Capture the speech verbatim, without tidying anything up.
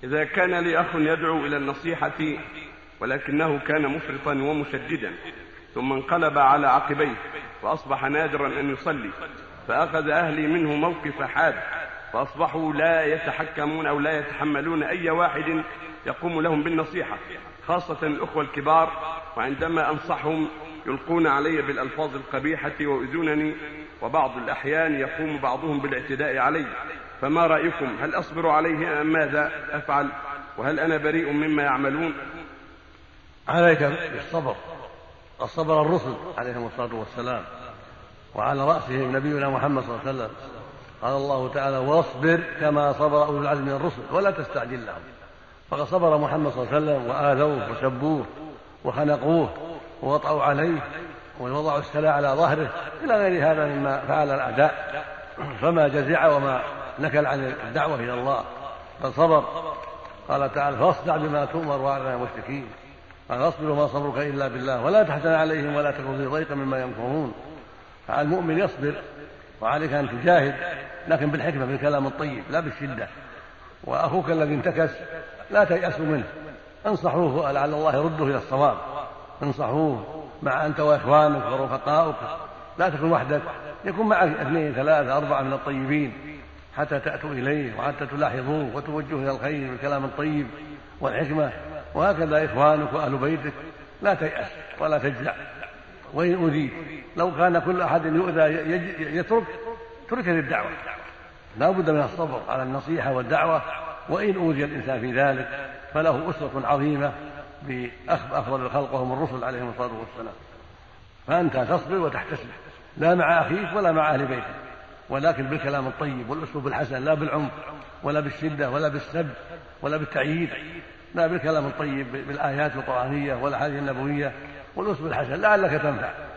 إذا كان لي أخ يدعو إلى النصيحة ولكنه كان مفرطا ومشددا ثم انقلب على عقبيه وأصبح نادرا أن يصلي، فأخذ أهلي منه موقف حاد، فأصبحوا لا يتحكمون أو لا يتحملون أي واحد يقوم لهم بالنصيحة، خاصة الأخوة الكبار، وعندما أنصحهم يلقون علي بالألفاظ القبيحة ويؤذونني، وبعض الأحيان يقوم بعضهم بالاعتداء علي، فما رأيكم؟ هل أصبر عليه أم ماذا أفعل؟ وهل أنا بريء مما يعملون؟ عليك بالصبر، الصبر الرسل عليهم الصلاة والسلام، وعلى رأسهم نبينا محمد صلى الله عليه وسلم. قال الله تعالى: واصبر كما صبر أولو العزم من الرسل ولا تستعجل لهم. فقد صبر محمد صلى الله عليه وسلم وآذوه وسبوه وخنقوه ووطأوا عليه ووضعوا السلاح على ظهره إلى غير هذا مما فعل الأعداء، فما جزع وما نكل عن الدعوة إلى الله بل صبر. قال تعالى: فاصدع بما تؤمر واعرض عن المشركين. قال: اصبر وما صبرك إلا بالله ولا تحزن عليهم ولا تكن في ضيق مما يمكرون. فالمؤمن يصبر، وعليك أن تجاهد لكن بالحكمة، بالكلام الطيب لا بالشدة. وأخوك الذي انتكس لا تيأسوا منه، انصحوه لعل الله يرده إلى الصواب، انصحوه مع أنت وإخوانك ورفقائك، لا تكن وحدك، يكون معك اثنين ثلاثة أربعة من الطيبين حتى تأتوا إليه وحتى تلاحظوه وتوجهوا إلى الخير بالكلام الطيب والحكمة. وهكذا إخوانك وأهل بيتك، لا تيأس ولا تجزع. وإن أوذيت، لو كان كل أحد يؤذى يترك ترك للدعوة، لا بد من الصبر على النصيحة والدعوة. وإن أوذي الإنسان في ذلك فله أسرة عظيمة بأفضل الخلق وهم الرسل عليهم الصلاة والسلام. فأنت تصبر وتحتسب، لا مع أخيك ولا مع أهل بيتك، ولكن بالكلام الطيب والأسلوب الحسن، لا بالعنف ولا بالشدة ولا بالسب ولا بالتعييد، لا بالكلام الطيب بالآيات القرآنية والأحاديث النبوية والأسلوب الحسن، لعلك تنفع.